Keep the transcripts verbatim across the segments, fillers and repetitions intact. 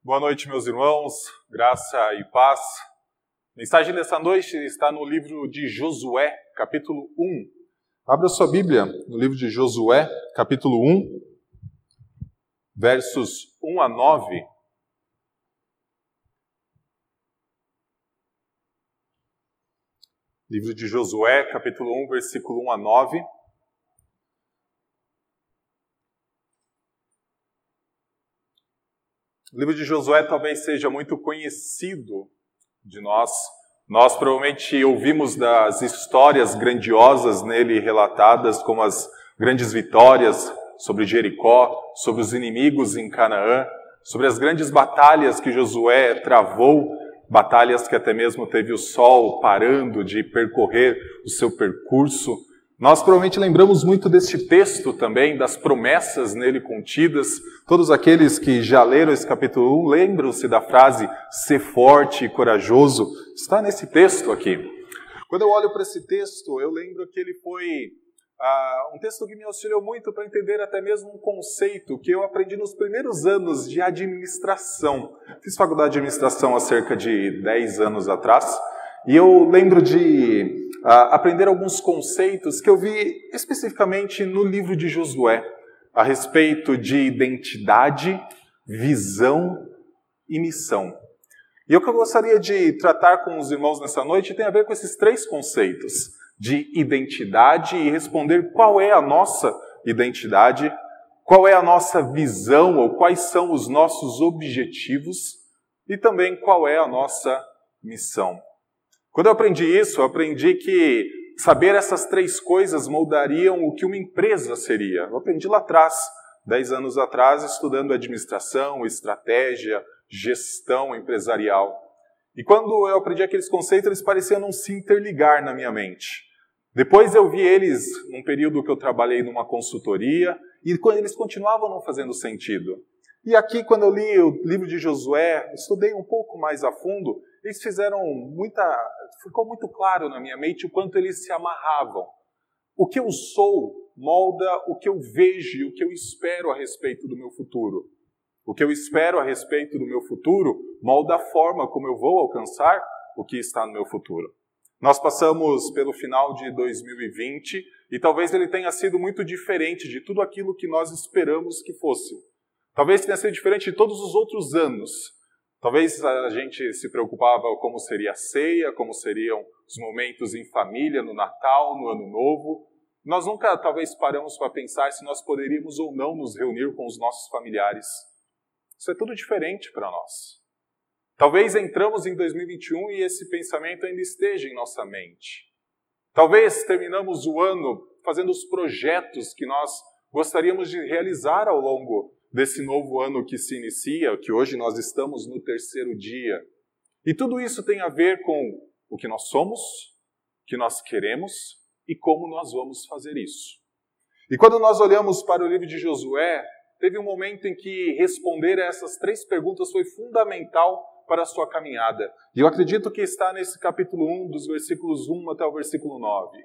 Boa noite, meus irmãos, graça e paz. A mensagem dessa noite está no livro de Josué, capítulo um. Abra sua Bíblia no livro de Josué, capítulo um, versos um a nove. Livro de Josué, capítulo um, versículo um a nove. O livro de Josué talvez seja muito conhecido de nós. Nós provavelmente ouvimos das histórias grandiosas nele relatadas, como as grandes vitórias sobre Jericó, sobre os inimigos em Canaã, sobre as grandes batalhas que Josué travou, batalhas que até mesmo teve o sol parando de percorrer o seu percurso. Nós provavelmente lembramos muito deste texto também, das promessas nele contidas. Todos aqueles que já leram esse capítulo um lembram-se da frase ser forte e corajoso. Está nesse texto aqui. Quando eu olho para esse texto, eu lembro que ele foi ah, um texto que me auxiliou muito para entender até mesmo um conceito que eu aprendi nos primeiros anos de administração. Fiz faculdade de administração há cerca de dez anos atrás. E eu lembro de uh, aprender alguns conceitos que eu vi especificamente no livro de Josué, a respeito de identidade, visão e missão. E o que eu gostaria de tratar com os irmãos nessa noite tem a ver com esses três conceitos, de identidade e responder qual é a nossa identidade, qual é a nossa visão ou quais são os nossos objetivos e também qual é a nossa missão. Quando eu aprendi isso, eu aprendi que saber essas três coisas moldariam o que uma empresa seria. Eu aprendi lá atrás, dez anos atrás, estudando administração, estratégia, gestão empresarial. E quando eu aprendi aqueles conceitos, eles pareciam não se interligar na minha mente. Depois eu vi eles num período que eu trabalhei numa consultoria, e quando eles continuavam não fazendo sentido. E aqui, quando eu li o livro de Josué, estudei um pouco mais a fundo, eles fizeram muita... Ficou muito claro na minha mente o quanto eles se amarravam. O que eu sou molda o que eu vejo e o que eu espero a respeito do meu futuro. O que eu espero a respeito do meu futuro molda a forma como eu vou alcançar o que está no meu futuro. Nós passamos pelo final de dois mil e vinte e talvez ele tenha sido muito diferente de tudo aquilo que nós esperamos que fosse. Talvez tenha sido diferente de todos os outros anos. Talvez a gente se preocupava como seria a ceia, como seriam os momentos em família, no Natal, no Ano Novo. Nós nunca, talvez, paramos para pensar se nós poderíamos ou não nos reunir com os nossos familiares. Isso é tudo diferente para nós. Talvez entramos em dois mil e vinte e um e esse pensamento ainda esteja em nossa mente. Talvez terminamos o ano fazendo os projetos que nós gostaríamos de realizar ao longo desse novo ano que se inicia, que hoje nós estamos no terceiro dia. E tudo isso tem a ver com o que nós somos, o que nós queremos e como nós vamos fazer isso. E quando nós olhamos para o livro de Josué, teve um momento em que responder a essas três perguntas foi fundamental para a sua caminhada. E eu acredito que está nesse capítulo um, dos versículos um até o versículo nove.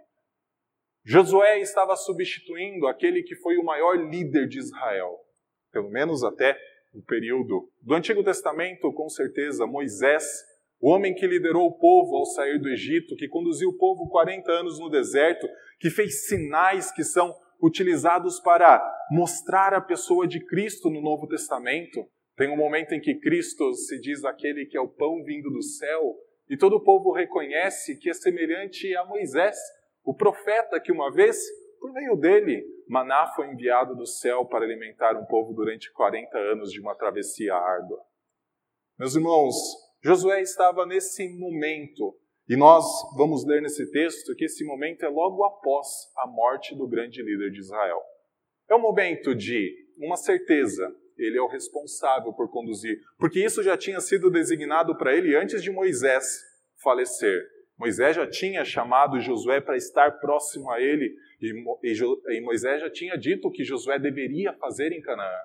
Josué estava substituindo aquele que foi o maior líder de Israel. Pelo menos até o período do Antigo Testamento, com certeza, Moisés, o homem que liderou o povo ao sair do Egito, que conduziu o povo quarenta anos no deserto, que fez sinais que são utilizados para mostrar a pessoa de Cristo no Novo Testamento. Tem um momento em que Cristo se diz aquele que é o pão vindo do céu, e todo o povo reconhece que é semelhante a Moisés, o profeta que uma vez, por meio dele, maná foi enviado do céu para alimentar um povo durante quarenta anos de uma travessia árdua. Meus irmãos, Josué estava nesse momento, e nós vamos ler nesse texto que esse momento é logo após a morte do grande líder de Israel. É um momento de uma certeza, ele é o responsável por conduzir, porque isso já tinha sido designado para ele antes de Moisés falecer. Moisés já tinha chamado Josué para estar próximo a ele, e Moisés já tinha dito o que Josué deveria fazer em Canaã.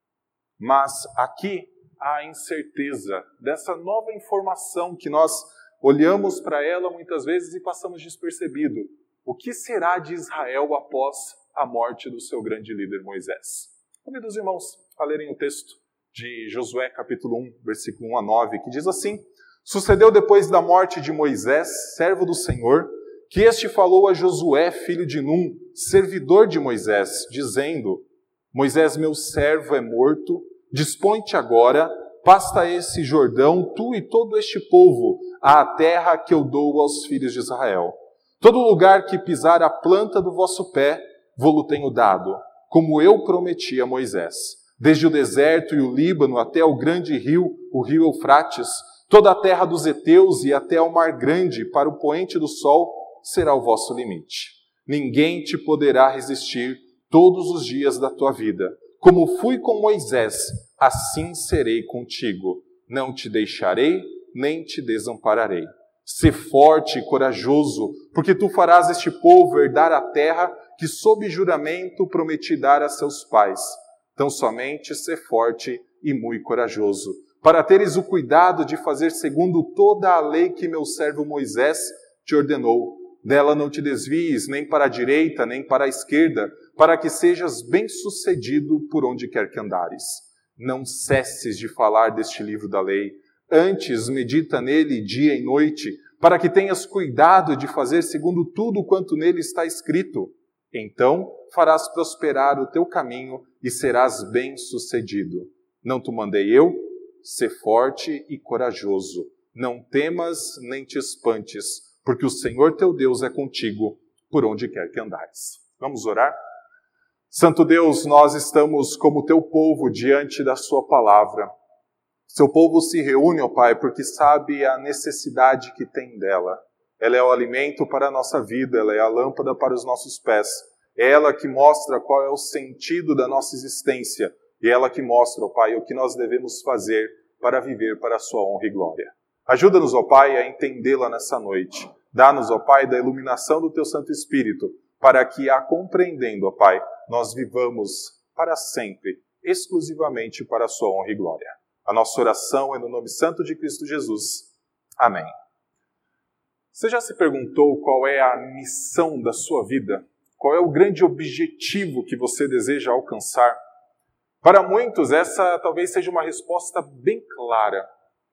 Mas aqui há a incerteza dessa nova informação que nós olhamos para ela muitas vezes e passamos despercebido. O que será de Israel após a morte do seu grande líder Moisés? Convido os irmãos a lerem o texto de Josué capítulo um, versículo um a nove, que diz assim: Sucedeu depois da morte de Moisés, servo do Senhor, que este falou a Josué, filho de Num, servidor de Moisés, dizendo: Moisés, meu servo, é morto, dispõe-te agora, pasta esse Jordão, tu e todo este povo, à terra que eu dou aos filhos de Israel. Todo lugar que pisar a planta do vosso pé, vô-lo tenho dado, como eu prometi a Moisés. Desde o deserto e o Líbano até o grande rio, o rio Eufrates, toda a terra dos heteus e até ao mar grande, para o poente do sol, será o vosso limite. Ninguém te poderá resistir todos os dias da tua vida. Como fui com Moisés, assim serei contigo. Não te deixarei, nem te desampararei. Sê forte e corajoso, porque tu farás este povo herdar a terra que sob juramento prometi dar a seus pais. Tão somente sê forte e muito corajoso, para teres o cuidado de fazer segundo toda a lei que meu servo Moisés te ordenou. Dela não te desvies, nem para a direita, nem para a esquerda, para que sejas bem-sucedido por onde quer que andares. Não cesses de falar deste livro da lei. Antes, medita nele dia e noite, para que tenhas cuidado de fazer segundo tudo quanto nele está escrito. Então farás prosperar o teu caminho e serás bem-sucedido. Não te mandei eu? Sê forte e corajoso. Não temas nem te espantes, porque o Senhor teu Deus é contigo, por onde quer que andares. Vamos orar? Santo Deus, nós estamos como teu povo diante da sua palavra. Seu povo se reúne, ó Pai, porque sabe a necessidade que tem dela. Ela é o alimento para a nossa vida, ela é a lâmpada para os nossos pés. É ela que mostra qual é o sentido da nossa existência. E é ela que mostra, ó Pai, o que nós devemos fazer para viver para a sua honra e glória. Ajuda-nos, ó Pai, a entendê-la nessa noite. Dá-nos, ó Pai, da iluminação do Teu Santo Espírito, para que, a compreendendo, ó Pai, nós vivamos para sempre, exclusivamente para a sua honra e glória. A nossa oração é no nome santo de Cristo Jesus. Amém. Você já se perguntou qual é a missão da sua vida? Qual é o grande objetivo que você deseja alcançar? Para muitos, essa talvez seja uma resposta bem clara.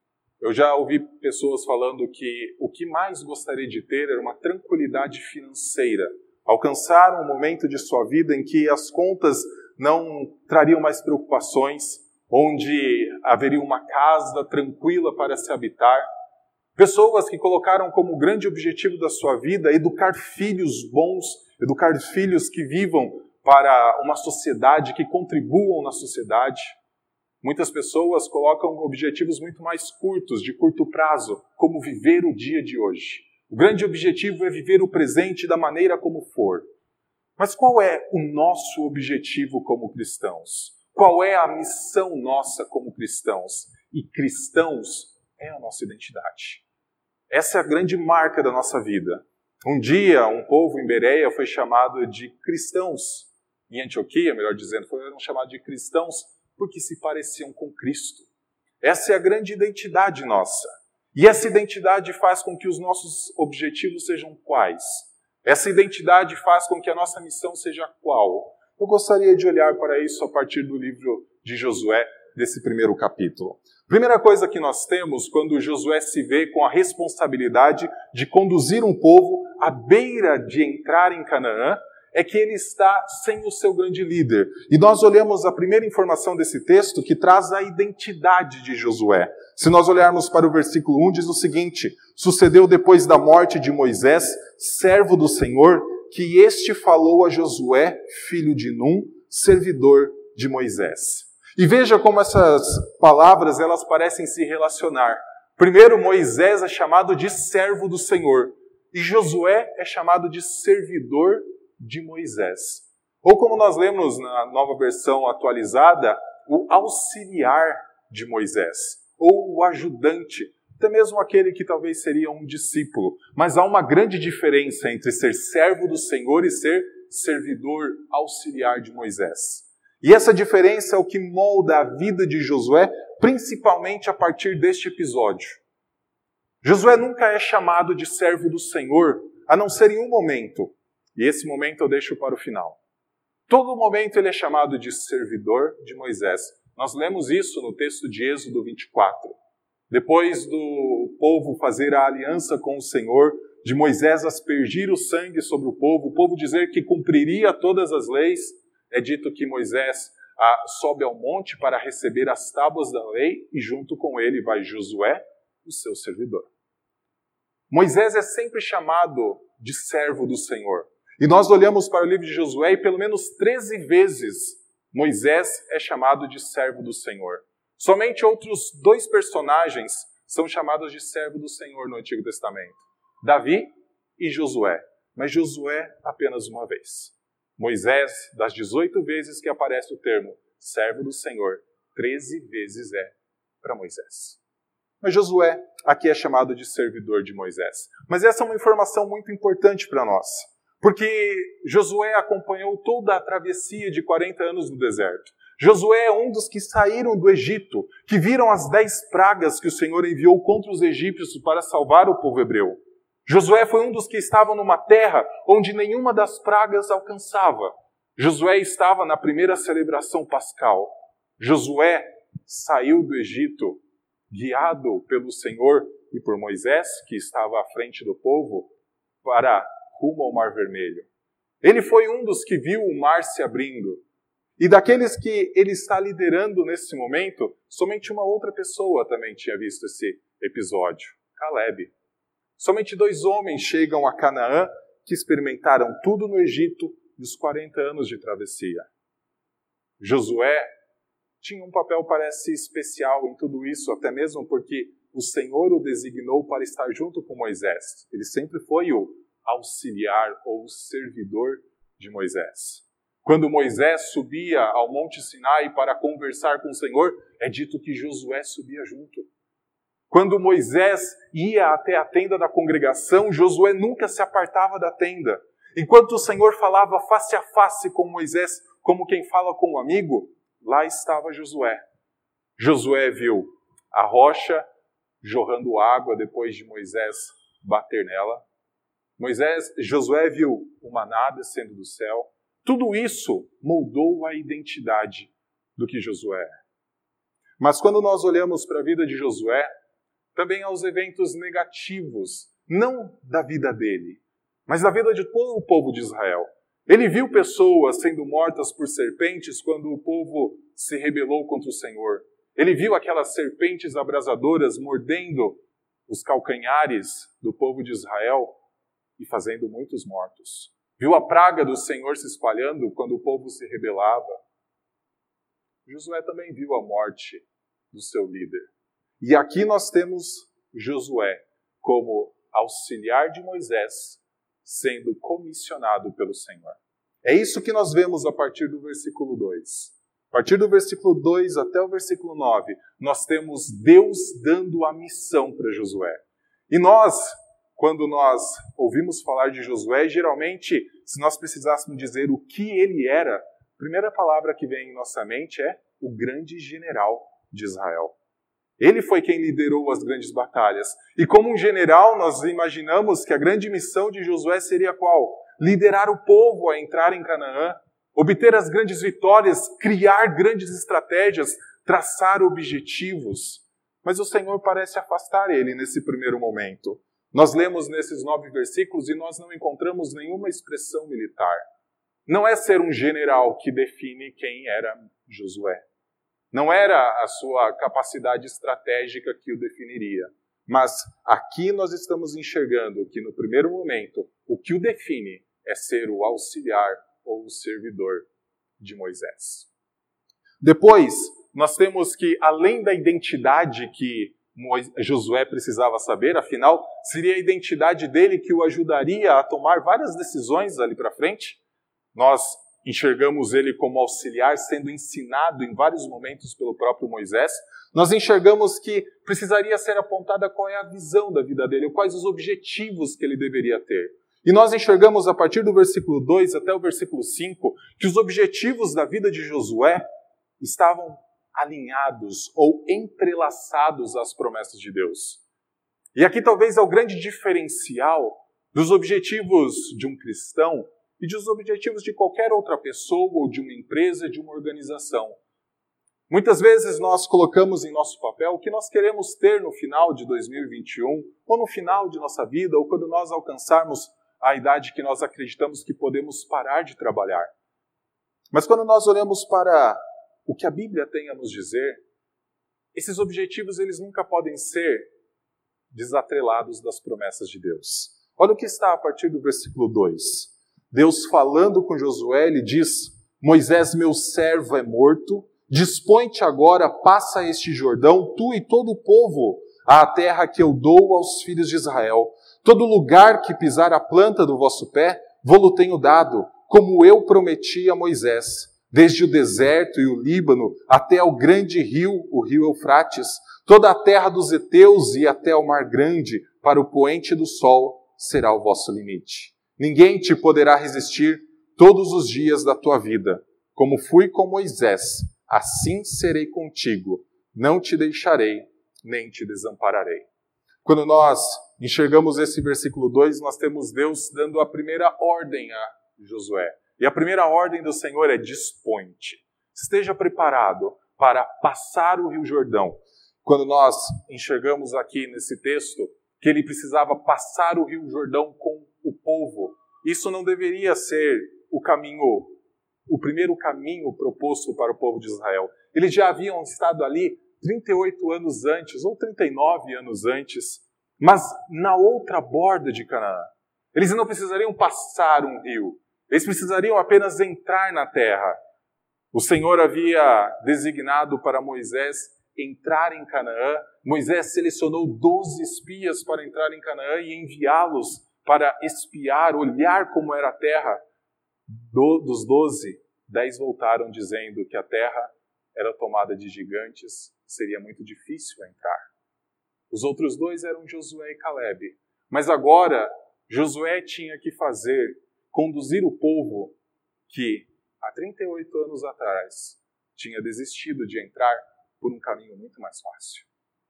Eu já ouvi pessoas falando que o que mais gostaria de ter era uma tranquilidade financeira. Alcançar um momento de sua vida em que as contas não trariam mais preocupações, onde haveria uma casa tranquila para se habitar. Pessoas que colocaram como grande objetivo da sua vida educar filhos bons, educar filhos que vivam para uma sociedade, que contribuam na sociedade. Muitas pessoas colocam objetivos muito mais curtos, de curto prazo, como viver o dia de hoje. O grande objetivo é viver o presente da maneira como for. Mas qual é o nosso objetivo como cristãos? Qual é a missão nossa como cristãos? E cristãos é a nossa identidade. Essa é a grande marca da nossa vida. Um dia, um povo em Bereia foi chamado de cristãos. Em Antioquia, melhor dizendo, foram chamados de cristãos porque se pareciam com Cristo. Essa é a grande identidade nossa. E essa identidade faz com que os nossos objetivos sejam quais? Essa identidade faz com que a nossa missão seja qual? Eu gostaria de olhar para isso a partir do livro de Josué, desse primeiro capítulo. Primeira coisa que nós temos quando Josué se vê com a responsabilidade de conduzir um povo à beira de entrar em Canaã, é que ele está sem o seu grande líder. E nós olhamos a primeira informação desse texto que traz a identidade de Josué. Se nós olharmos para o versículo um, diz o seguinte: sucedeu depois da morte de Moisés, servo do Senhor, que este falou a Josué, filho de Num, servidor de Moisés. E veja como essas palavras elas parecem se relacionar. Primeiro, Moisés é chamado de servo do Senhor. E Josué é chamado de servidor de Moisés. Ou como nós lemos na nova versão atualizada, o auxiliar de Moisés. Ou o ajudante. Até mesmo aquele que talvez seria um discípulo. Mas há uma grande diferença entre ser servo do Senhor e ser servidor auxiliar de Moisés. E essa diferença é o que molda a vida de Josué, principalmente a partir deste episódio. Josué nunca é chamado de servo do Senhor, a não ser em um momento. E esse momento eu deixo para o final. Todo momento ele é chamado de servidor de Moisés. Nós lemos isso no texto de Êxodo vinte e quatro. Depois do povo fazer a aliança com o Senhor, de Moisés aspergir o sangue sobre o povo, o povo dizer que cumpriria todas as leis, é dito que Moisés ah, sobe ao monte para receber as tábuas da lei e junto com ele vai Josué, o seu servidor. Moisés é sempre chamado de servo do Senhor. E nós olhamos para o livro de Josué e pelo menos treze vezes Moisés é chamado de servo do Senhor. Somente outros dois personagens são chamados de servo do Senhor no Antigo Testamento. Davi e Josué. Mas Josué apenas uma vez. Moisés, das dezoito vezes que aparece o termo servo do Senhor, treze vezes é para Moisés. Mas Josué aqui é chamado de servidor de Moisés. Mas essa é uma informação muito importante para nós. Porque Josué acompanhou toda a travessia de quarenta anos no deserto. Josué é um dos que saíram do Egito, que viram as dez pragas que o Senhor enviou contra os egípcios para salvar o povo hebreu. Josué foi um dos que estavam numa terra onde nenhuma das pragas alcançava. Josué estava na primeira celebração pascal. Josué saiu do Egito, guiado pelo Senhor e por Moisés, que estava à frente do povo, para rumo ao Mar Vermelho. Ele foi um dos que viu o mar se abrindo. E daqueles que ele está liderando nesse momento, somente uma outra pessoa também tinha visto esse episódio, Calebe. Somente dois homens chegam a Canaã que experimentaram tudo no Egito nos quarenta anos de travessia. Josué tinha um papel, parece, especial em tudo isso, até mesmo porque o Senhor o designou para estar junto com Moisés. Ele sempre foi o auxiliar ou o servidor de Moisés. Quando Moisés subia ao Monte Sinai para conversar com o Senhor, é dito que Josué subia junto. Quando Moisés ia até a tenda da congregação, Josué nunca se apartava da tenda. Enquanto o Senhor falava face a face com Moisés, como quem fala com um amigo, lá estava Josué. Josué viu a rocha jorrando água depois de Moisés bater nela. Moisés, Josué viu o maná descendo do céu. Tudo isso moldou a identidade do que Josué é. Mas quando nós olhamos para a vida de Josué, também há os eventos negativos, não da vida dele, mas da vida de todo o povo de Israel. Ele viu pessoas sendo mortas por serpentes quando o povo se rebelou contra o Senhor. Ele viu aquelas serpentes abrasadoras mordendo os calcanhares do povo de Israel e fazendo muitos mortos. Viu a praga do Senhor se espalhando quando o povo se rebelava. Josué também viu a morte do seu líder. E aqui nós temos Josué como auxiliar de Moisés, sendo comissionado pelo Senhor. É isso que nós vemos a partir do versículo dois. A partir do versículo dois até o versículo nove, nós temos Deus dando a missão para Josué. E nós, quando nós ouvimos falar de Josué, geralmente, se nós precisássemos dizer o que ele era, a primeira palavra que vem em nossa mente é o grande general de Israel. Ele foi quem liderou as grandes batalhas. E como um general, nós imaginamos que a grande missão de Josué seria qual? Liderar o povo a entrar em Canaã, obter as grandes vitórias, criar grandes estratégias, traçar objetivos. Mas o Senhor parece afastar ele nesse primeiro momento. Nós lemos nesses nove versículos e nós não encontramos nenhuma expressão militar. Não é ser um general que define quem era Josué. Não era a sua capacidade estratégica que o definiria. Mas aqui nós estamos enxergando que, no primeiro momento, o que o define é ser o auxiliar ou o servidor de Moisés. Depois, nós temos que, além da identidade que Josué precisava saber, afinal, seria a identidade dele que o ajudaria a tomar várias decisões ali para frente. Nós enxergamos ele como auxiliar, sendo ensinado em vários momentos pelo próprio Moisés. Nós enxergamos que precisaria ser apontada qual é a visão da vida dele, quais os objetivos que ele deveria ter. E nós enxergamos a partir do versículo dois até o versículo cinco que os objetivos da vida de Josué estavam alinhados ou entrelaçados às promessas de Deus. E aqui talvez é o grande diferencial dos objetivos de um cristão e dos objetivos de qualquer outra pessoa ou de uma empresa, de uma organização. Muitas vezes nós colocamos em nosso papel o que nós queremos ter no final de dois mil e vinte e um, ou no final de nossa vida, ou quando nós alcançarmos a idade que nós acreditamos que podemos parar de trabalhar. Mas quando nós olhamos para o que a Bíblia tem a nos dizer, esses objetivos eles nunca podem ser desatrelados das promessas de Deus. Olha o que está a partir do versículo dois. Deus falando com Josué, ele diz: Moisés, meu servo, é morto. Dispõe-te agora, passa este Jordão, tu e todo o povo, à terra que eu dou aos filhos de Israel. Todo lugar que pisar a planta do vosso pé, vô-lo tenho dado, como eu prometi a Moisés. Desde o deserto e o Líbano até ao grande rio, o rio Eufrates, toda a terra dos heteus e até ao mar grande, para o poente do sol, será o vosso limite. Ninguém te poderá resistir todos os dias da tua vida. Como fui com Moisés, assim serei contigo. Não te deixarei, nem te desampararei. Quando nós enxergamos esse versículo dois, nós temos Deus dando a primeira ordem a Josué. E a primeira ordem do Senhor é: dispõe-te. Esteja preparado para passar o Rio Jordão. Quando nós enxergamos aqui nesse texto que ele precisava passar o Rio Jordão com o povo, isso não deveria ser o caminho, o primeiro caminho proposto para o povo de Israel. Eles já haviam estado ali trinta e oito anos antes, ou trinta e nove anos antes, mas na outra borda de Canaã. Eles não precisariam passar um rio. Eles precisariam apenas entrar na terra. O Senhor havia designado para Moisés entrar em Canaã. Moisés selecionou doze espias para entrar em Canaã e enviá-los para espiar, olhar como era a terra. Do, dos doze, dez voltaram dizendo que a terra era tomada de gigantes, seria muito difícil entrar. Os outros dois eram Josué e Calebe. Mas agora, Josué tinha que fazer, conduzir o povo que, há trinta e oito anos atrás, tinha desistido de entrar por um caminho muito mais fácil.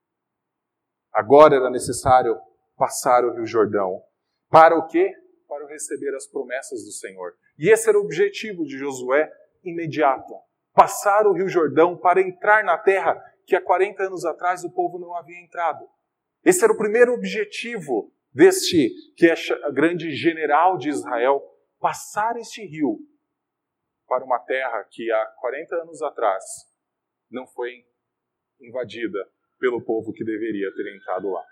Agora era necessário passar o Rio Jordão. Para o quê? Para receber as promessas do Senhor. E esse era o objetivo de Josué imediato. Passar o Rio Jordão para entrar na terra que há quarenta anos atrás o povo não havia entrado. Esse era o primeiro objetivo deste que é grande general de Israel, passar este rio para uma terra que há quarenta anos atrás não foi invadida pelo povo que deveria ter entrado lá.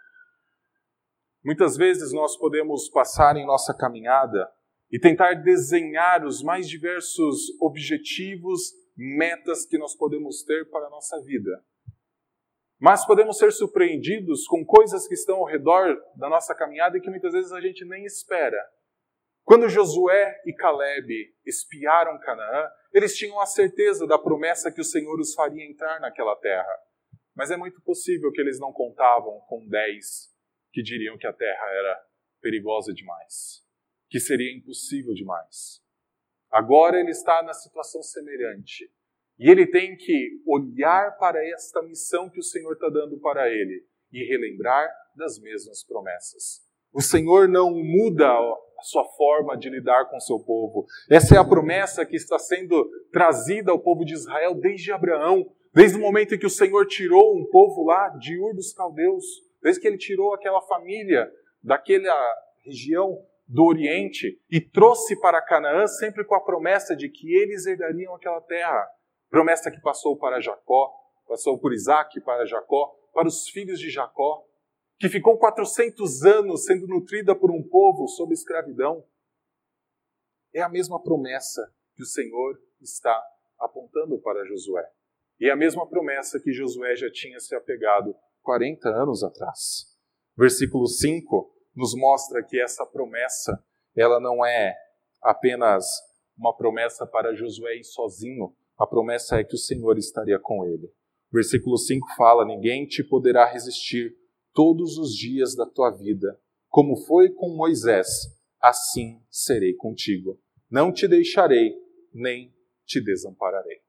Muitas vezes nós podemos passar em nossa caminhada e tentar desenhar os mais diversos objetivos, metas que nós podemos ter para a nossa vida. Mas podemos ser surpreendidos com coisas que estão ao redor da nossa caminhada e que muitas vezes a gente nem espera. Quando Josué e Calebe espiaram Canaã, eles tinham a certeza da promessa que o Senhor os faria entrar naquela terra. Mas é muito possível que eles não contavam com dez que diriam que a terra era perigosa demais, que seria impossível demais. Agora ele está na situação semelhante. E ele tem que olhar para esta missão que o Senhor está dando para ele e relembrar das mesmas promessas. O Senhor não muda a sua forma de lidar com o seu povo. Essa é a promessa que está sendo trazida ao povo de Israel desde Abraão, desde o momento em que o Senhor tirou um povo lá de Ur dos Caldeus, desde que ele tirou aquela família daquela região do Oriente e trouxe para Canaã sempre com a promessa de que eles herdariam aquela terra. Promessa que passou para Jacó, passou por Isaac para Jacó, para os filhos de Jacó, que ficou quatrocentos anos sendo nutrida por um povo sob escravidão. É a mesma promessa que o Senhor está apontando para Josué. E é a mesma promessa que Josué já tinha se apegado quarenta anos atrás. Versículo cinco nos mostra que essa promessa, ela não é apenas uma promessa para Josué ir sozinho. A promessa é que o Senhor estaria com ele. Versículo cinco fala: ninguém te poderá resistir todos os dias da tua vida. Como foi com Moisés, assim serei contigo. Não te deixarei, nem te desampararei.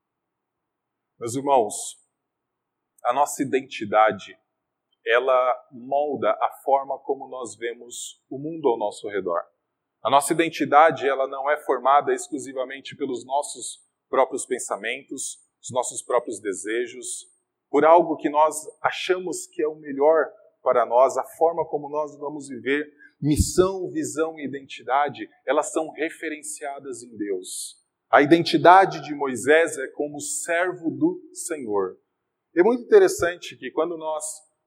Meus irmãos, a nossa identidade, ela molda a forma como nós vemos o mundo ao nosso redor. A nossa identidade, ela não é formada exclusivamente pelos nossos próprios pensamentos, os nossos próprios desejos, por algo que nós achamos que é o melhor para nós, a forma como nós vamos viver, missão, visão e identidade, elas são referenciadas em Deus. A identidade de Moisés é como servo do Senhor. É muito interessante que quando nós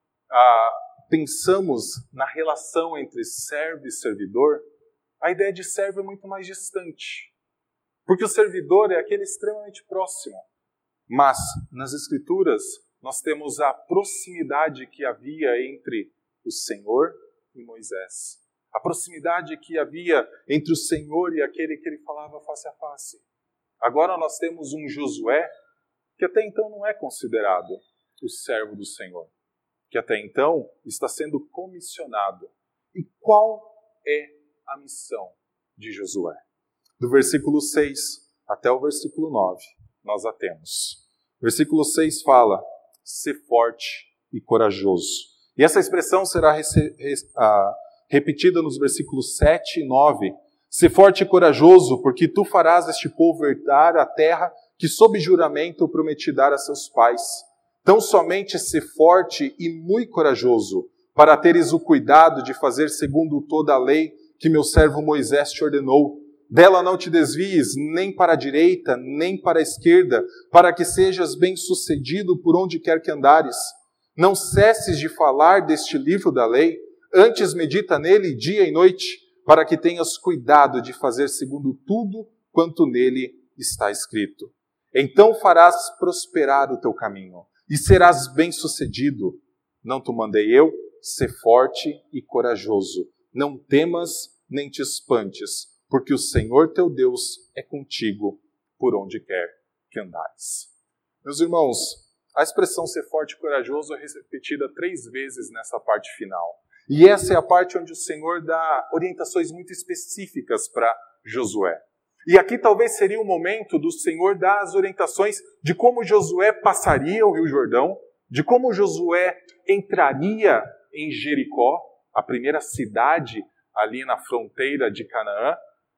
ah, pensamos na relação entre servo e servidor, a ideia de servo é muito mais distante. Porque o servidor é aquele extremamente próximo. Mas, nas Escrituras, nós temos a proximidade que havia entre o Senhor e Moisés. A proximidade que havia entre o Senhor e aquele que ele falava face a face. Agora nós temos um Josué que até então não é considerado o servo do Senhor. Que até então está sendo comissionado. E qual é a missão de Josué? Do versículo seis até o versículo nove, nós a temos. O versículo seis fala, ser forte e corajoso. E essa expressão será rece- re- ah, repetida nos versículos sete e nove. Ser forte e corajoso, porque tu farás este povo herdar a terra que sob juramento prometi dar a seus pais. Tão somente ser forte e muito corajoso, para teres o cuidado de fazer segundo toda a lei que meu servo Moisés te ordenou. Dela não te desvies nem para a direita, nem para a esquerda, para que sejas bem-sucedido por onde quer que andares. Não cesses de falar deste livro da lei, antes medita nele dia e noite, para que tenhas cuidado de fazer segundo tudo quanto nele está escrito. Então farás prosperar o teu caminho, e serás bem-sucedido. Não te mandei eu? Ser forte e corajoso. Não temas nem te espantes, porque o Senhor teu Deus é contigo por onde quer que andares. Meus irmãos, a expressão ser forte e corajoso é repetida três vezes nessa parte final. E essa é a parte onde o Senhor dá orientações muito específicas para Josué. E aqui talvez seria o momento do Senhor dar as orientações de como Josué passaria o Rio Jordão, de como Josué entraria em Jericó, a primeira cidade ali na fronteira de Canaã,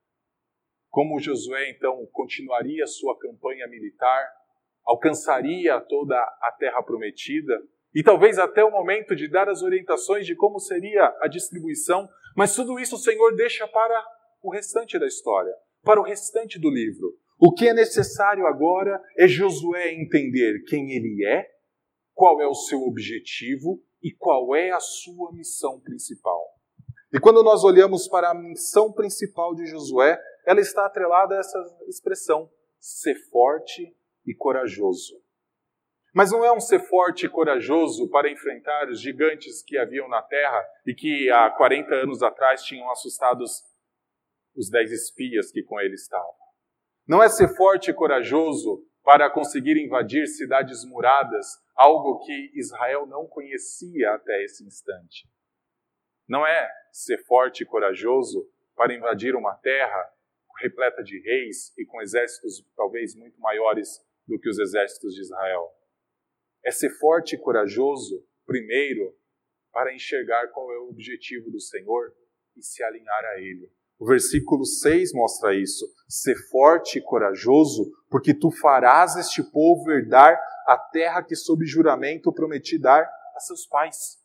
como Josué então continuaria sua campanha militar, alcançaria toda a terra prometida, e talvez até o momento de dar as orientações de como seria a distribuição, mas tudo isso o Senhor deixa para o restante da história, para o restante do livro. O que é necessário agora é Josué entender quem ele é, qual é o seu objetivo e qual é a sua missão principal. E quando nós olhamos para a missão principal de Josué, ela está atrelada a essa expressão, ser forte e corajoso. Mas não é um ser forte e corajoso para enfrentar os gigantes que haviam na terra e que há quarenta anos atrás tinham assustado os dez espias que com ele estavam. Não é ser forte e corajoso para conseguir invadir cidades muradas, algo que Israel não conhecia até esse instante. Não é ser forte e corajoso para invadir uma terra repleta de reis e com exércitos talvez muito maiores do que os exércitos de Israel. É ser forte e corajoso, primeiro, para enxergar qual é o objetivo do Senhor e se alinhar a Ele. O versículo seis mostra isso. Ser forte e corajoso, porque tu farás este povo herdar a terra que sob juramento prometi dar a seus pais.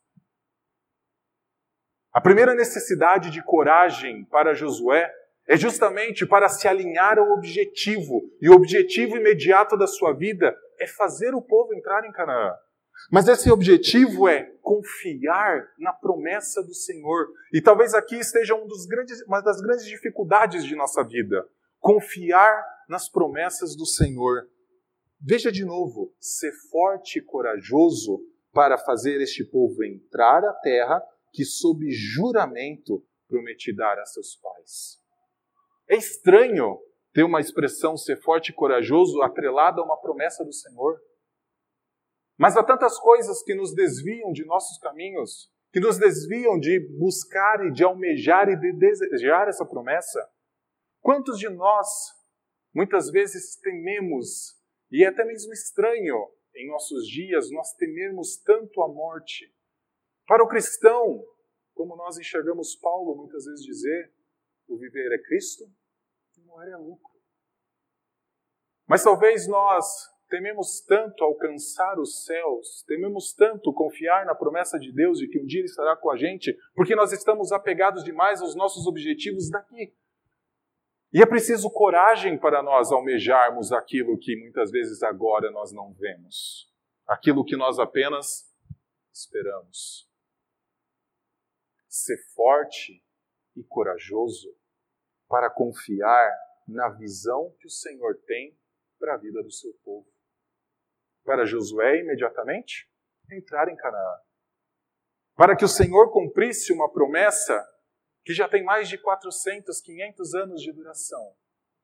A primeira necessidade de coragem para Josué é justamente para se alinhar ao objetivo. E o objetivo imediato da sua vida é fazer o povo entrar em Canaã. Mas esse objetivo é confiar na promessa do Senhor. E talvez aqui esteja um dos grandes, uma das grandes dificuldades de nossa vida. Confiar nas promessas do Senhor. Veja de novo, ser forte e corajoso para fazer este povo entrar à terra que sob juramento prometi dar a seus pais. É estranho ter uma expressão ser forte e corajoso atrelada a uma promessa do Senhor. Mas há tantas coisas que nos desviam de nossos caminhos, que nos desviam de buscar e de almejar e de desejar essa promessa. Quantos de nós, muitas vezes, tememos, e é até mesmo estranho em nossos dias, nós tememos tanto a morte. Para o cristão, como nós enxergamos Paulo muitas vezes dizer, o viver é Cristo e morrer é lucro. Mas talvez nós tememos tanto alcançar os céus, tememos tanto confiar na promessa de Deus de que um dia Ele estará com a gente, porque nós estamos apegados demais aos nossos objetivos daqui. E é preciso coragem para nós almejarmos aquilo que muitas vezes agora nós não vemos, aquilo que nós apenas esperamos. Ser forte e corajoso para confiar na visão que o Senhor tem para a vida do seu povo. Para Josué, imediatamente, entrar em Canaã. Para que o Senhor cumprisse uma promessa que já tem mais de quatrocentos, quinhentos anos de duração.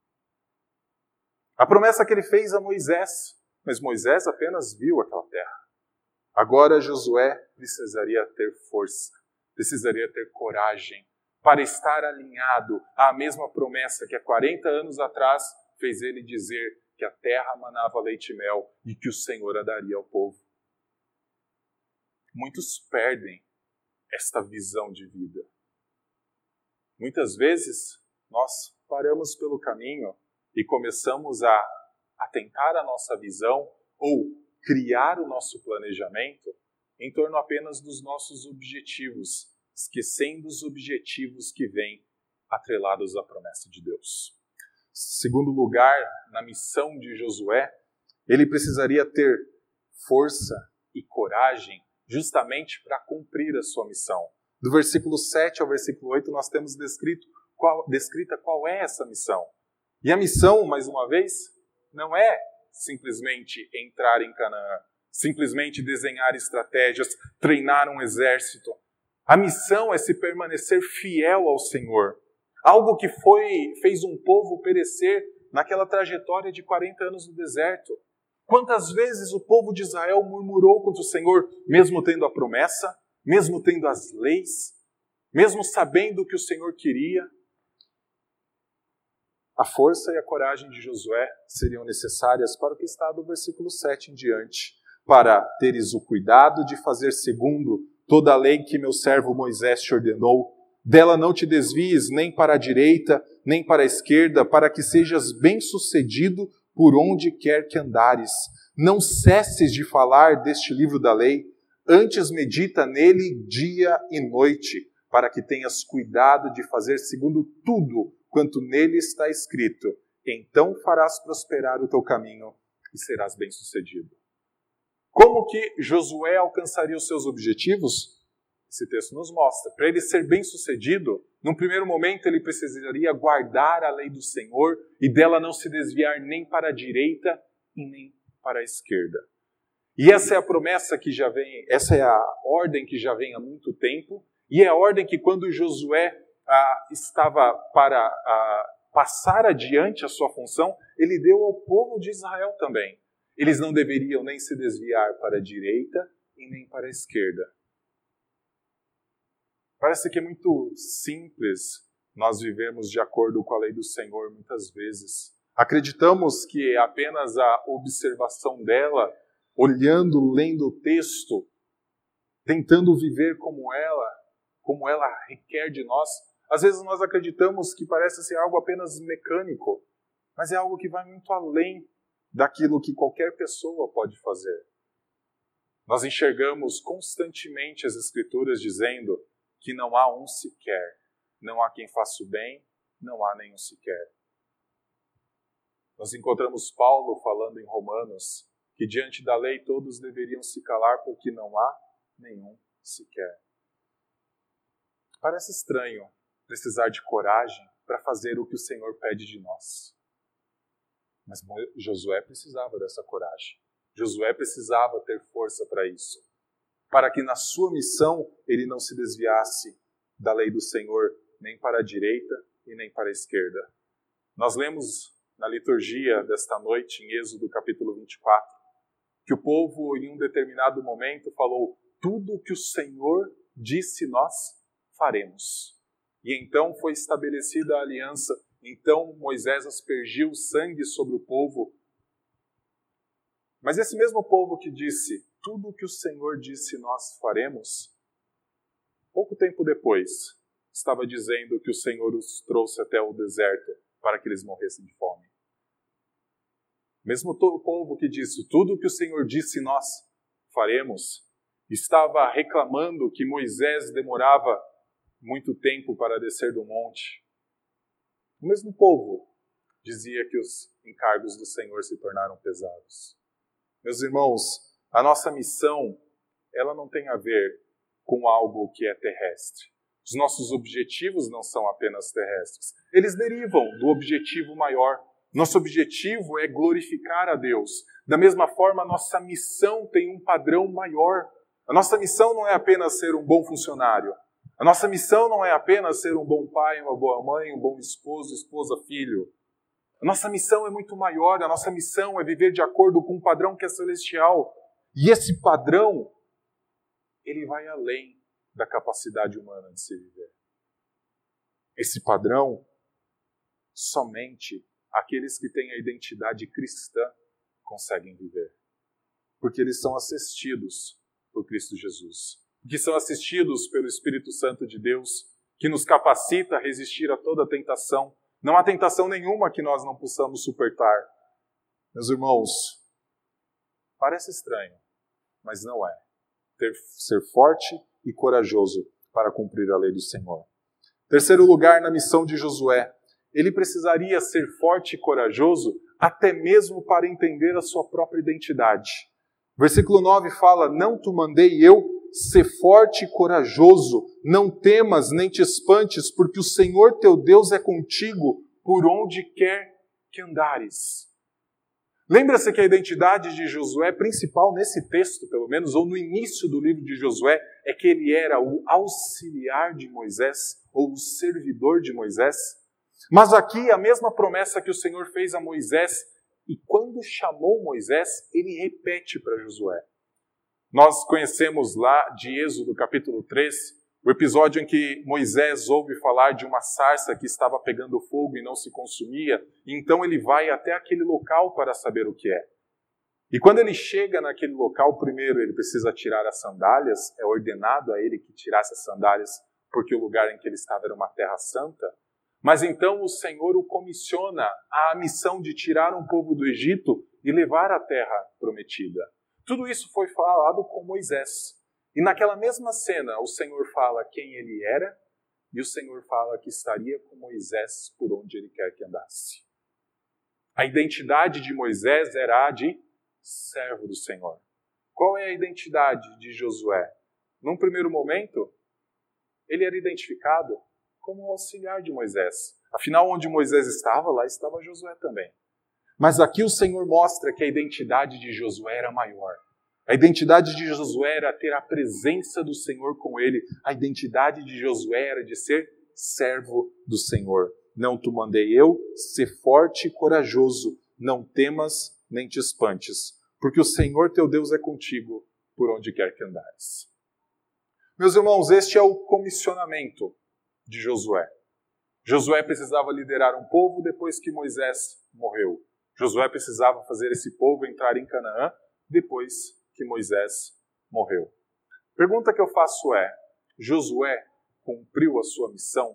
A promessa que ele fez a Moisés, mas Moisés apenas viu aquela terra. Agora Josué precisaria ter força, precisaria ter coragem para estar alinhado à mesma promessa que há quarenta anos atrás fez ele dizer que a terra manava leite e mel e que o Senhor a daria ao povo. Muitos perdem esta visão de vida. Muitas vezes nós paramos pelo caminho e começamos a atentar a nossa visão ou criar o nosso planejamento em torno apenas dos nossos objetivos, esquecendo os objetivos que vêm atrelados à promessa de Deus. Segundo lugar, na missão de Josué, ele precisaria ter força e coragem justamente para cumprir a sua missão. Do versículo sete ao versículo oito, nós temos descrito qual, descrita qual é essa missão. E a missão, mais uma vez, não é simplesmente entrar em Canaã, simplesmente desenhar estratégias, treinar um exército. A missão é se permanecer fiel ao Senhor. Algo que foi, fez um povo perecer naquela trajetória de quarenta anos no deserto. Quantas vezes o povo de Israel murmurou contra o Senhor, mesmo tendo a promessa, mesmo tendo as leis, mesmo sabendo o que o Senhor queria? A força e a coragem de Josué seriam necessárias para o que está do versículo sete em diante, para teres o cuidado de fazer segundo toda a lei que meu servo Moisés te ordenou. Dela não te desvies nem para a direita, nem para a esquerda, para que sejas bem-sucedido por onde quer que andares. Não cesses de falar deste livro da lei, antes medita nele dia e noite, para que tenhas cuidado de fazer segundo tudo quanto nele está escrito. Então farás prosperar o teu caminho e serás bem-sucedido. Como que Josué alcançaria os seus objetivos? Esse texto nos mostra. Para ele ser bem-sucedido, num primeiro momento ele precisaria guardar a lei do Senhor e dela não se desviar nem para a direita e nem para a esquerda. E essa é a promessa que já vem, essa é a ordem que já vem há muito tempo, e é a ordem que quando Josué ah, estava para ah, passar adiante a sua função, ele deu ao povo de Israel também. Eles não deveriam nem se desviar para a direita e nem para a esquerda. Parece que é muito simples nós vivemos de acordo com a lei do Senhor muitas vezes. Acreditamos que apenas a observação dela, olhando, lendo o texto, tentando viver como ela, como ela requer de nós, às vezes nós acreditamos que parece ser algo apenas mecânico, mas é algo que vai muito além daquilo que qualquer pessoa pode fazer. Nós enxergamos constantemente as Escrituras dizendo que não há um sequer, não há quem faça o bem, não há nenhum sequer. Nós encontramos Paulo falando em Romanos que diante da lei todos deveriam se calar porque não há nenhum sequer. Parece estranho precisar de coragem para fazer o que o Senhor pede de nós. Mas Josué precisava dessa coragem. Josué precisava ter força para isso. Para que na sua missão ele não se desviasse da lei do Senhor, nem para a direita e nem para a esquerda. Nós lemos na liturgia desta noite, em Êxodo capítulo vinte e quatro, que o povo em um determinado momento falou: tudo o que o Senhor disse nós faremos. E então foi estabelecida a aliança. Então Moisés aspergiu o sangue sobre o povo. Mas esse mesmo povo que disse: tudo o que o Senhor disse nós faremos, pouco tempo depois, estava dizendo que o Senhor os trouxe até o deserto para que eles morressem de fome. Mesmo todo o povo que disse, tudo o que o Senhor disse nós faremos, estava reclamando que Moisés demorava muito tempo para descer do monte. O mesmo povo dizia que os encargos do Senhor se tornaram pesados. Meus irmãos, a nossa missão, ela não tem a ver com algo que é terrestre. Os nossos objetivos não são apenas terrestres. Eles derivam do objetivo maior. Nosso objetivo é glorificar a Deus. Da mesma forma, a nossa missão tem um padrão maior. A nossa missão não é apenas ser um bom funcionário. A nossa missão não é apenas ser um bom pai, uma boa mãe, um bom esposo, esposa, filho. A nossa missão é muito maior. A nossa missão é viver de acordo com um padrão que é celestial. E esse padrão, ele vai além da capacidade humana de se viver. Esse padrão, somente aqueles que têm a identidade cristã conseguem viver. Porque eles são assistidos por Cristo Jesus. Que são assistidos pelo Espírito Santo de Deus, que nos capacita a resistir a toda tentação. Não há tentação nenhuma que nós não possamos suportar. Meus irmãos, parece estranho, mas não é. Ter, ser forte e corajoso para cumprir a lei do Senhor. Terceiro lugar na missão de Josué. Ele precisaria ser forte e corajoso até mesmo para entender a sua própria identidade. Versículo nove fala, não te mandei eu, ser forte e corajoso, não temas nem te espantes, porque o Senhor teu Deus é contigo por onde quer que andares. Lembra-se que a identidade de Josué principal nesse texto, pelo menos, ou no início do livro de Josué, é que ele era o auxiliar de Moisés, ou o servidor de Moisés. Mas aqui a mesma promessa que o Senhor fez a Moisés, e quando chamou Moisés, ele repete para Josué. Nós conhecemos lá de Êxodo capítulo três, o episódio em que Moisés ouve falar de uma sarça que estava pegando fogo e não se consumia, e então ele vai até aquele local para saber o que é. E quando ele chega naquele local, primeiro ele precisa tirar as sandálias, é ordenado a ele que tirasse as sandálias, porque o lugar em que ele estava era uma terra santa. Mas então o Senhor o comissiona à missão de tirar um povo do Egito e levar à terra prometida. Tudo isso foi falado com Moisés. E naquela mesma cena, o Senhor fala quem ele era e o Senhor fala que estaria com Moisés por onde ele quer que andasse. A identidade de Moisés era a de servo do Senhor. Qual é a identidade de Josué? Num primeiro momento, ele era identificado como auxiliar de Moisés. Afinal, onde Moisés estava, lá estava Josué também. Mas aqui o Senhor mostra que a identidade de Josué era maior. A identidade de Josué era ter a presença do Senhor com ele. A identidade de Josué era de ser servo do Senhor. Não te mandei eu, ser forte e corajoso. Não temas nem te espantes, porque o Senhor teu Deus é contigo por onde quer que andares. Meus irmãos, este é o comissionamento de Josué. Josué precisava liderar um povo depois que Moisés morreu. Josué precisava fazer esse povo entrar em Canaã depois que Moisés morreu. Pergunta que eu faço é, Josué cumpriu a sua missão?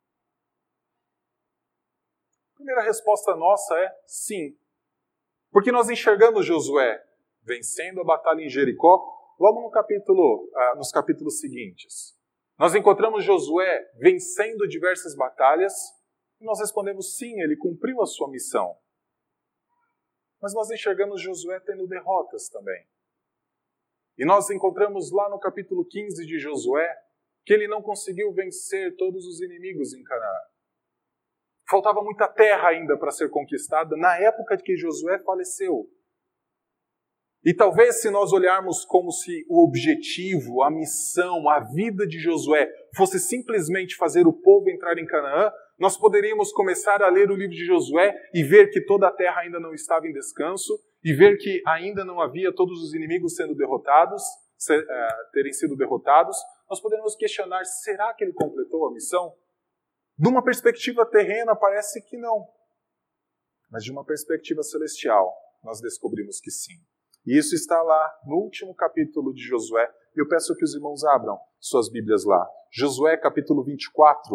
A primeira resposta nossa é sim. Porque nós enxergamos Josué vencendo a batalha em Jericó logo no capítulo, ah, nos capítulos seguintes. Nós encontramos Josué vencendo diversas batalhas e nós respondemos sim, ele cumpriu a sua missão. Mas nós enxergamos Josué tendo derrotas também. E nós encontramos lá no capítulo quinze de Josué que ele não conseguiu vencer todos os inimigos em Canaã. Faltava muita terra ainda para ser conquistada na época de que Josué faleceu. E talvez se nós olharmos como se o objetivo, a missão, a vida de Josué fosse simplesmente fazer o povo entrar em Canaã, nós poderíamos começar a ler o livro de Josué e ver que toda a terra ainda não estava em descanso, e ver que ainda não havia todos os inimigos sendo derrotados, ser, uh, terem sido derrotados. Nós poderíamos questionar, será que ele completou a missão? De uma perspectiva terrena, parece que não. Mas de uma perspectiva celestial, nós descobrimos que sim. E isso está lá no último capítulo de Josué. Eu peço que os irmãos abram suas Bíblias lá. Josué capítulo vinte e quatro,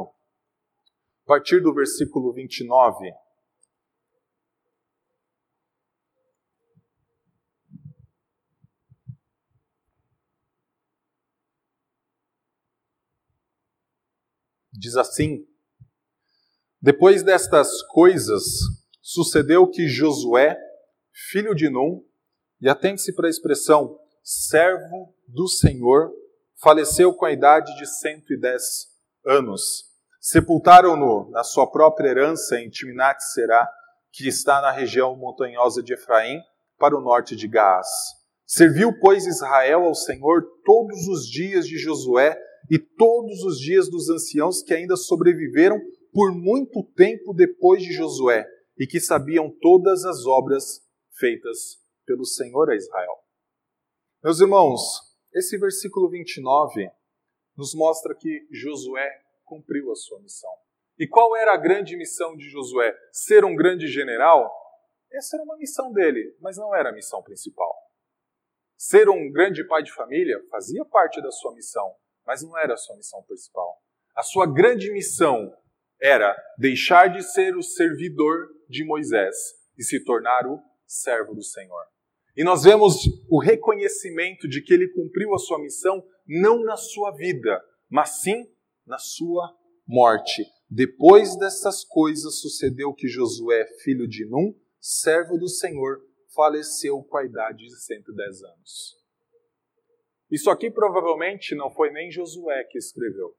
a partir do versículo vinte e nove. Diz assim: depois destas coisas, sucedeu que Josué, filho de Num, e atente-se para a expressão, servo do Senhor, faleceu com a idade de cento e dez anos. Sepultaram-no na sua própria herança em Timnat-Será, que está na região montanhosa de Efraim, para o norte de Gaás. Serviu, pois, Israel ao Senhor todos os dias de Josué e todos os dias dos anciãos que ainda sobreviveram por muito tempo depois de Josué e que sabiam todas as obras feitas pelo Senhor a Israel. Meus irmãos, esse versículo vinte e nove nos mostra que Josué cumpriu a sua missão. E qual era a grande missão de Josué? Ser um grande general? Essa era uma missão dele, mas não era a missão principal. Ser um grande pai de família fazia parte da sua missão, mas não era a sua missão principal. A sua grande missão era deixar de ser o servidor de Moisés e se tornar o servo do Senhor. E nós vemos o reconhecimento de que ele cumpriu a sua missão não na sua vida, mas sim na sua morte. Depois dessas coisas sucedeu que Josué, filho de Num, servo do Senhor, faleceu com a idade de cento e dez anos. Isso aqui provavelmente não foi nem Josué que escreveu.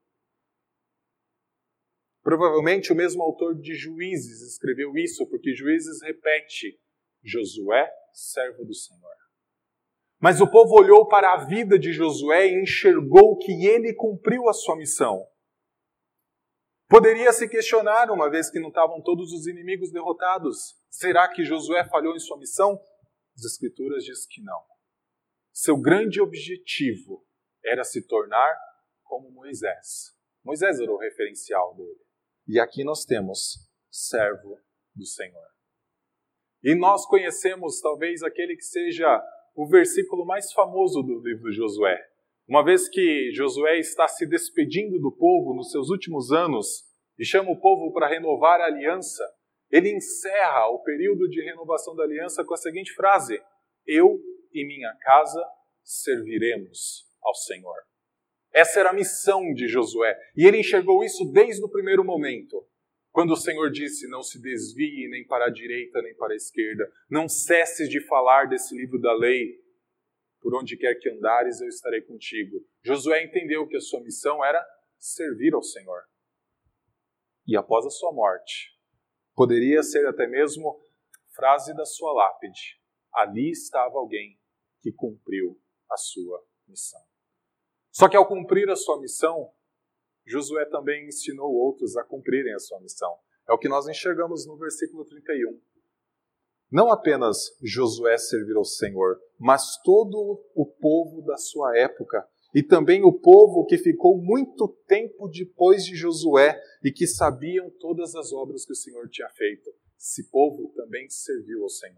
Provavelmente o mesmo autor de Juízes escreveu isso, porque Juízes repete Josué, servo do Senhor. Mas o povo olhou para a vida de Josué e enxergou que ele cumpriu a sua missão. Poderia se questionar, uma vez que não estavam todos os inimigos derrotados, será que Josué falhou em sua missão? As Escrituras dizem que não. Seu grande objetivo era se tornar como Moisés. Moisés era o referencial dele. E aqui nós temos servo do Senhor. E nós conhecemos talvez aquele que seja o versículo mais famoso do livro de Josué. Uma vez que Josué está se despedindo do povo nos seus últimos anos e chama o povo para renovar a aliança, ele encerra o período de renovação da aliança com a seguinte frase: eu e minha casa serviremos ao Senhor. Essa era a missão de Josué. E ele enxergou isso desde o primeiro momento. Quando o Senhor disse, não se desvie nem para a direita nem para a esquerda. Não cesses de falar desse livro da lei. Por onde quer que andares, eu estarei contigo. Josué entendeu que a sua missão era servir ao Senhor. E após a sua morte, poderia ser até mesmo frase da sua lápide. Ali estava alguém que cumpriu a sua missão. Só que ao cumprir a sua missão, Josué também ensinou outros a cumprirem a sua missão. É o que nós enxergamos no versículo trinta e um. Não apenas Josué servir ao Senhor, mas todo o povo da sua época e também o povo que ficou muito tempo depois de Josué e que sabiam todas as obras que o Senhor tinha feito. Esse povo também serviu ao Senhor.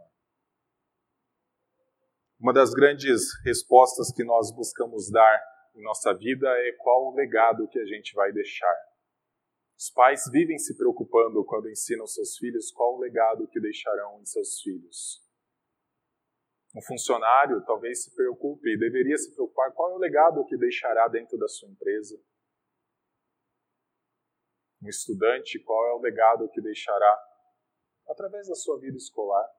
Uma das grandes respostas que nós buscamos dar em nossa vida é qual o legado que a gente vai deixar. Os pais vivem se preocupando quando ensinam seus filhos qual o legado que deixarão em seus filhos. Um funcionário talvez se preocupe e deveria se preocupar qual é o legado que deixará dentro da sua empresa. Um estudante, qual é o legado que deixará através da sua vida escolar.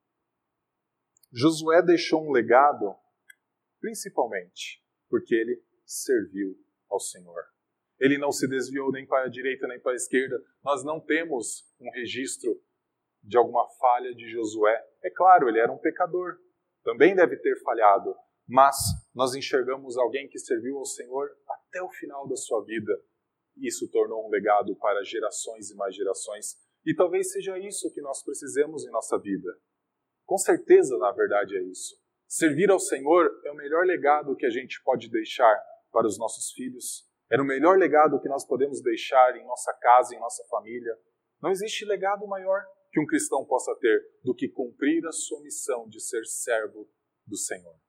Josué deixou um legado principalmente porque ele serviu ao Senhor. Ele não se desviou nem para a direita nem para a esquerda. Nós não temos um registro de alguma falha de Josué. É claro, ele era um pecador. Também deve ter falhado. Mas nós enxergamos alguém que serviu ao Senhor até o final da sua vida. Isso tornou um legado para gerações e mais gerações. E talvez seja isso que nós precisemos em nossa vida. Com certeza, na verdade, é isso. Servir ao Senhor é o melhor legado que a gente pode deixar para os nossos filhos. É o melhor legado que nós podemos deixar em nossa casa, em nossa família. Não existe legado maior que um cristão possa ter do que cumprir a sua missão de ser servo do Senhor.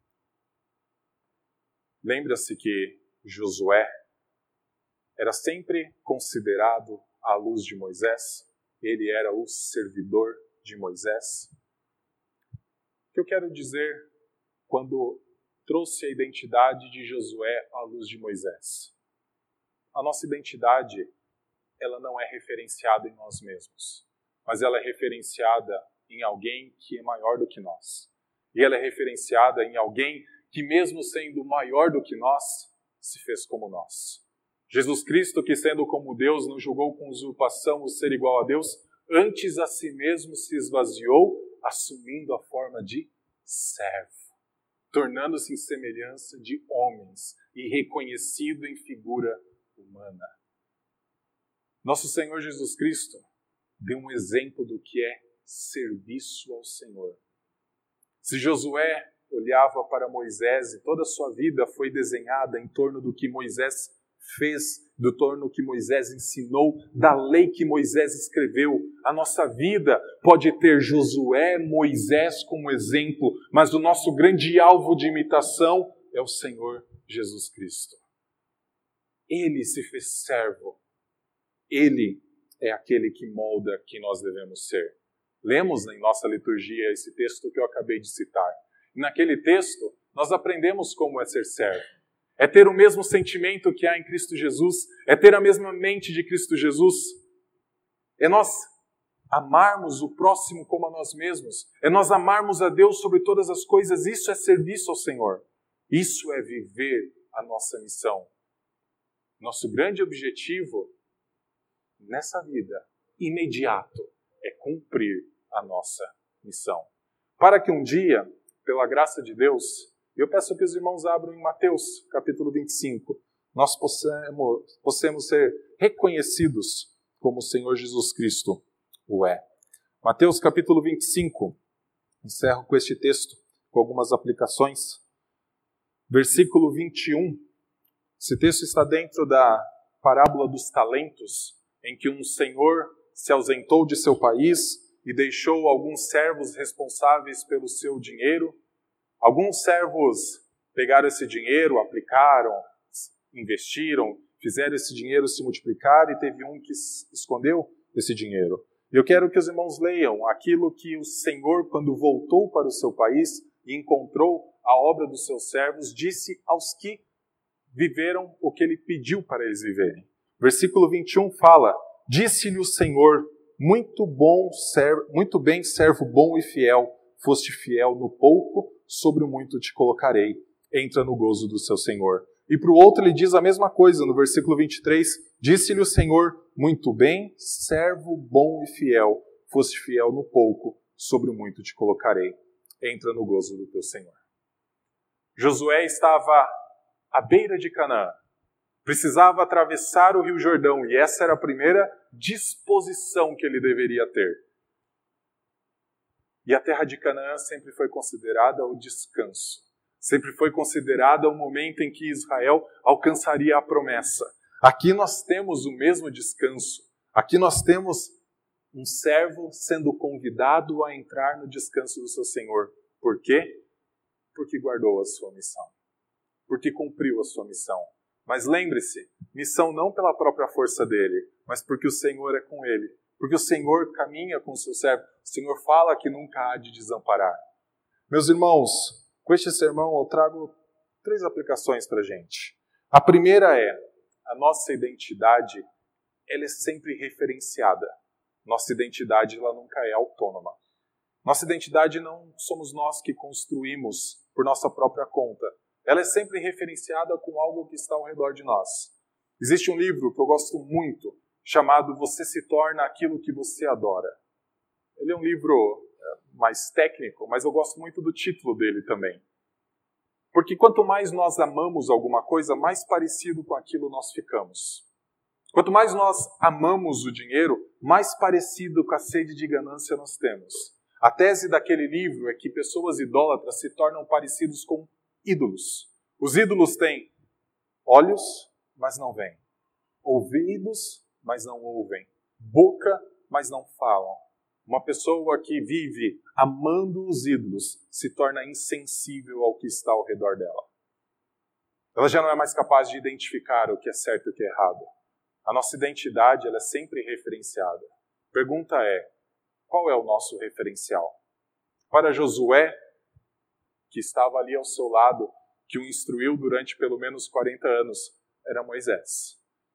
Lembra-se que Josué era sempre considerado à luz de Moisés. Ele era o servidor de Moisés. O que eu quero dizer quando trouxe a identidade de Josué à luz de Moisés? a nossa identidade, ela não é referenciada em nós mesmos, mas ela é referenciada em alguém que é maior do que nós. E ela é referenciada em alguém que, mesmo sendo maior do que nós, se fez como nós. Jesus Cristo, que sendo como Deus, não julgou com usurpação o ser igual a Deus, antes a si mesmo se esvaziou, assumindo a forma de servo, tornando-se em semelhança de homens e reconhecido em figura humana. Nosso Senhor Jesus Cristo deu um exemplo do que é serviço ao Senhor. Se Josué olhava para Moisés e toda a sua vida foi desenhada em torno do que Moisés fez, do torno que Moisés ensinou, da lei que Moisés escreveu, a nossa vida pode ter Josué, Moisés como exemplo, mas o nosso grande alvo de imitação é o Senhor Jesus Cristo. Ele se fez servo. Ele é aquele que molda quem nós devemos ser. Lemos em nossa liturgia esse texto que eu acabei de citar. E naquele texto, nós aprendemos como é ser servo. É ter o mesmo sentimento que há em Cristo Jesus. É ter a mesma mente de Cristo Jesus. É nós amarmos o próximo como a nós mesmos. É nós amarmos a Deus sobre todas as coisas. Isso é serviço ao Senhor. Isso é viver a nossa missão. Nosso grande objetivo nessa vida, imediato, é cumprir a nossa missão. Para que um dia, pela graça de Deus, eu peço que os irmãos abram em Mateus, capítulo vinte e cinco, nós possamos, possamos ser reconhecidos como o Senhor Jesus Cristo o é. Mateus, capítulo vinte e cinco, encerro com este texto, com algumas aplicações. Versículo vinte e um, esse texto está dentro da parábola dos talentos, em que um senhor se ausentou de seu país e deixou alguns servos responsáveis pelo seu dinheiro. Alguns servos pegaram esse dinheiro, aplicaram, investiram, fizeram esse dinheiro se multiplicar e teve um que escondeu esse dinheiro. E eu quero que os irmãos leiam aquilo que o Senhor, quando voltou para o seu país e encontrou a obra dos seus servos, disse aos que viveram o que ele pediu para eles viverem. Versículo vinte e um fala: disse-lhe o Senhor, muito bom, servo, muito bem, servo bom e fiel, foste fiel no pouco, sobre o muito te colocarei, entra no gozo do seu Senhor. E para o outro ele diz a mesma coisa, no versículo vinte e três, disse-lhe o Senhor, muito bem, servo bom e fiel, foste fiel no pouco, sobre o muito te colocarei, entra no gozo do teu Senhor. Josué estava à beira de Canaã, precisava atravessar o Rio Jordão, e essa era a primeira disposição que ele deveria ter. E a terra de Canaã sempre foi considerada o descanso. Sempre foi considerada o momento em que Israel alcançaria a promessa. Aqui nós temos o mesmo descanso. Aqui nós temos um servo sendo convidado a entrar no descanso do seu Senhor. Por quê? Porque guardou a sua missão. Porque cumpriu a sua missão. Mas lembre-se, missão não pela própria força dele, mas porque o Senhor é com ele. Porque o Senhor caminha com o seu servo. O Senhor fala que nunca há de desamparar. Meus irmãos, com este sermão eu trago três aplicações para a gente. A primeira é, a nossa identidade, ela é sempre referenciada. Nossa identidade, ela nunca é autônoma. Nossa identidade não somos nós que construímos por nossa própria conta. Ela é sempre referenciada com algo que está ao redor de nós. Existe um livro que eu gosto muito, chamado Você se torna aquilo que você adora. Ele é um livro mais técnico, mas eu gosto muito do título dele também. Porque quanto mais nós amamos alguma coisa, mais parecido com aquilo nós ficamos. Quanto mais nós amamos o dinheiro, mais parecido com a sede de ganância nós temos. A tese daquele livro é que pessoas idólatras se tornam parecidos com ídolos. Os ídolos têm olhos, mas não veem. Ouvidos, mas não ouvem. Boca, mas não falam. Uma pessoa que vive amando os ídolos se torna insensível ao que está ao redor dela. Ela já não é mais capaz de identificar o que é certo e o que é errado. A nossa identidade, ela é sempre referenciada. Pergunta é, qual é o nosso referencial? Para Josué, que estava ali ao seu lado, que o instruiu durante pelo menos quarenta anos, era Moisés.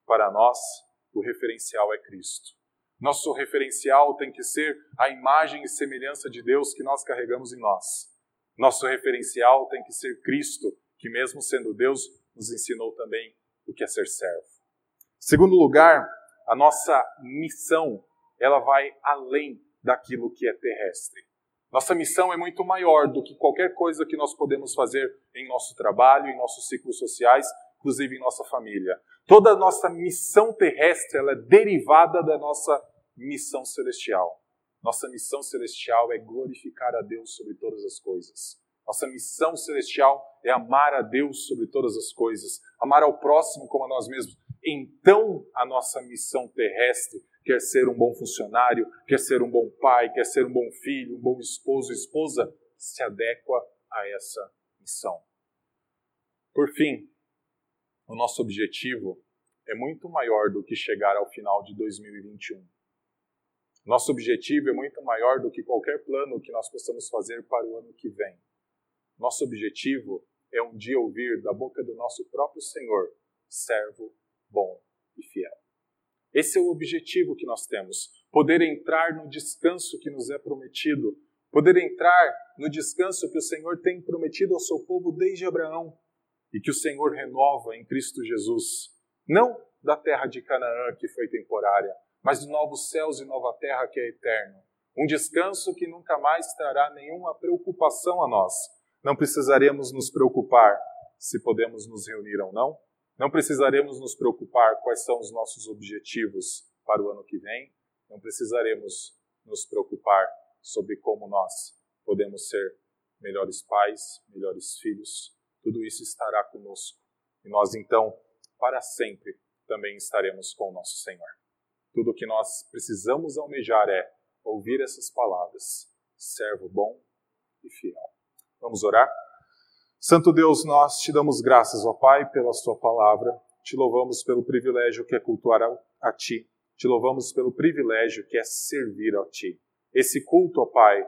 para nós, o referencial é Cristo. Nosso referencial tem que ser a imagem e semelhança de Deus que nós carregamos em nós. Nosso referencial tem que ser Cristo, que mesmo sendo Deus, nos ensinou também o que é ser servo. Segundo lugar, a nossa missão, ela vai além daquilo que é terrestre. Nossa missão é muito maior do que qualquer coisa que nós podemos fazer em nosso trabalho, em nossos ciclos sociais, inclusive em nossa família. Toda a nossa missão terrestre ela é derivada da nossa missão celestial. Nossa missão celestial é glorificar a Deus sobre todas as coisas. Nossa missão celestial é amar a Deus sobre todas as coisas, amar ao próximo como a nós mesmos. Então, a nossa missão terrestre, quer ser um bom funcionário, quer ser um bom pai, quer ser um bom filho, um bom esposo, esposa, se adequa a essa missão. Por fim, o nosso objetivo é muito maior do que chegar ao final de dois mil e vinte e um. Nosso objetivo é muito maior do que qualquer plano que nós possamos fazer para o ano que vem. Nosso objetivo é um dia ouvir da boca do nosso próprio Senhor, servo bom e fiel. Esse é o objetivo que nós temos, poder entrar no descanso que nos é prometido, poder entrar no descanso que o Senhor tem prometido ao seu povo desde Abraão e que o Senhor renova em Cristo Jesus, não da terra de Canaã que foi temporária, mas de novos céus e nova terra que é eterno. Um descanso que nunca mais trará nenhuma preocupação a nós. Não precisaremos nos preocupar se podemos nos reunir ou não. Não precisaremos nos preocupar quais são os nossos objetivos para o ano que vem. Não precisaremos nos preocupar sobre como nós podemos ser melhores pais, melhores filhos. Tudo isso estará conosco. E nós, então, para sempre, também estaremos com o nosso Senhor. Tudo o que nós precisamos almejar é ouvir essas palavras. Servo bom e fiel. Vamos orar? Santo Deus, nós te damos graças, ó Pai, pela sua palavra. Te louvamos pelo privilégio que é cultuar a, a Ti. Te louvamos pelo privilégio que é servir a Ti. Esse culto, ó Pai,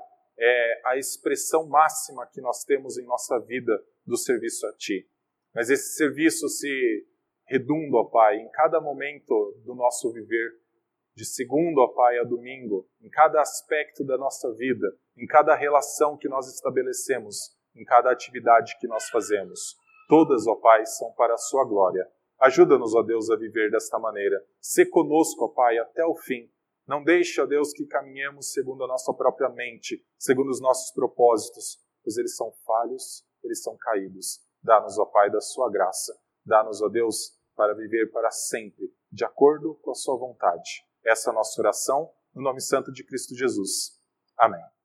é a expressão máxima que nós temos em nossa vida do serviço a Ti. Mas esse serviço se redunda, ó Pai, em cada momento do nosso viver, de segundo, ó Pai, a domingo, em cada aspecto da nossa vida, em cada relação que nós estabelecemos, em cada atividade que nós fazemos. Todas, ó Pai, são para a sua glória. Ajuda-nos, ó Deus, a viver desta maneira. Sê conosco, ó Pai, até o fim. Não deixe, ó Deus, que caminhemos segundo a nossa própria mente, segundo os nossos propósitos, pois eles são falhos, eles são caídos. Dá-nos, ó Pai, da sua graça. Dá-nos, ó Deus, para viver para sempre, de acordo com a sua vontade. Essa é a nossa oração, no nome santo de Cristo Jesus. Amém.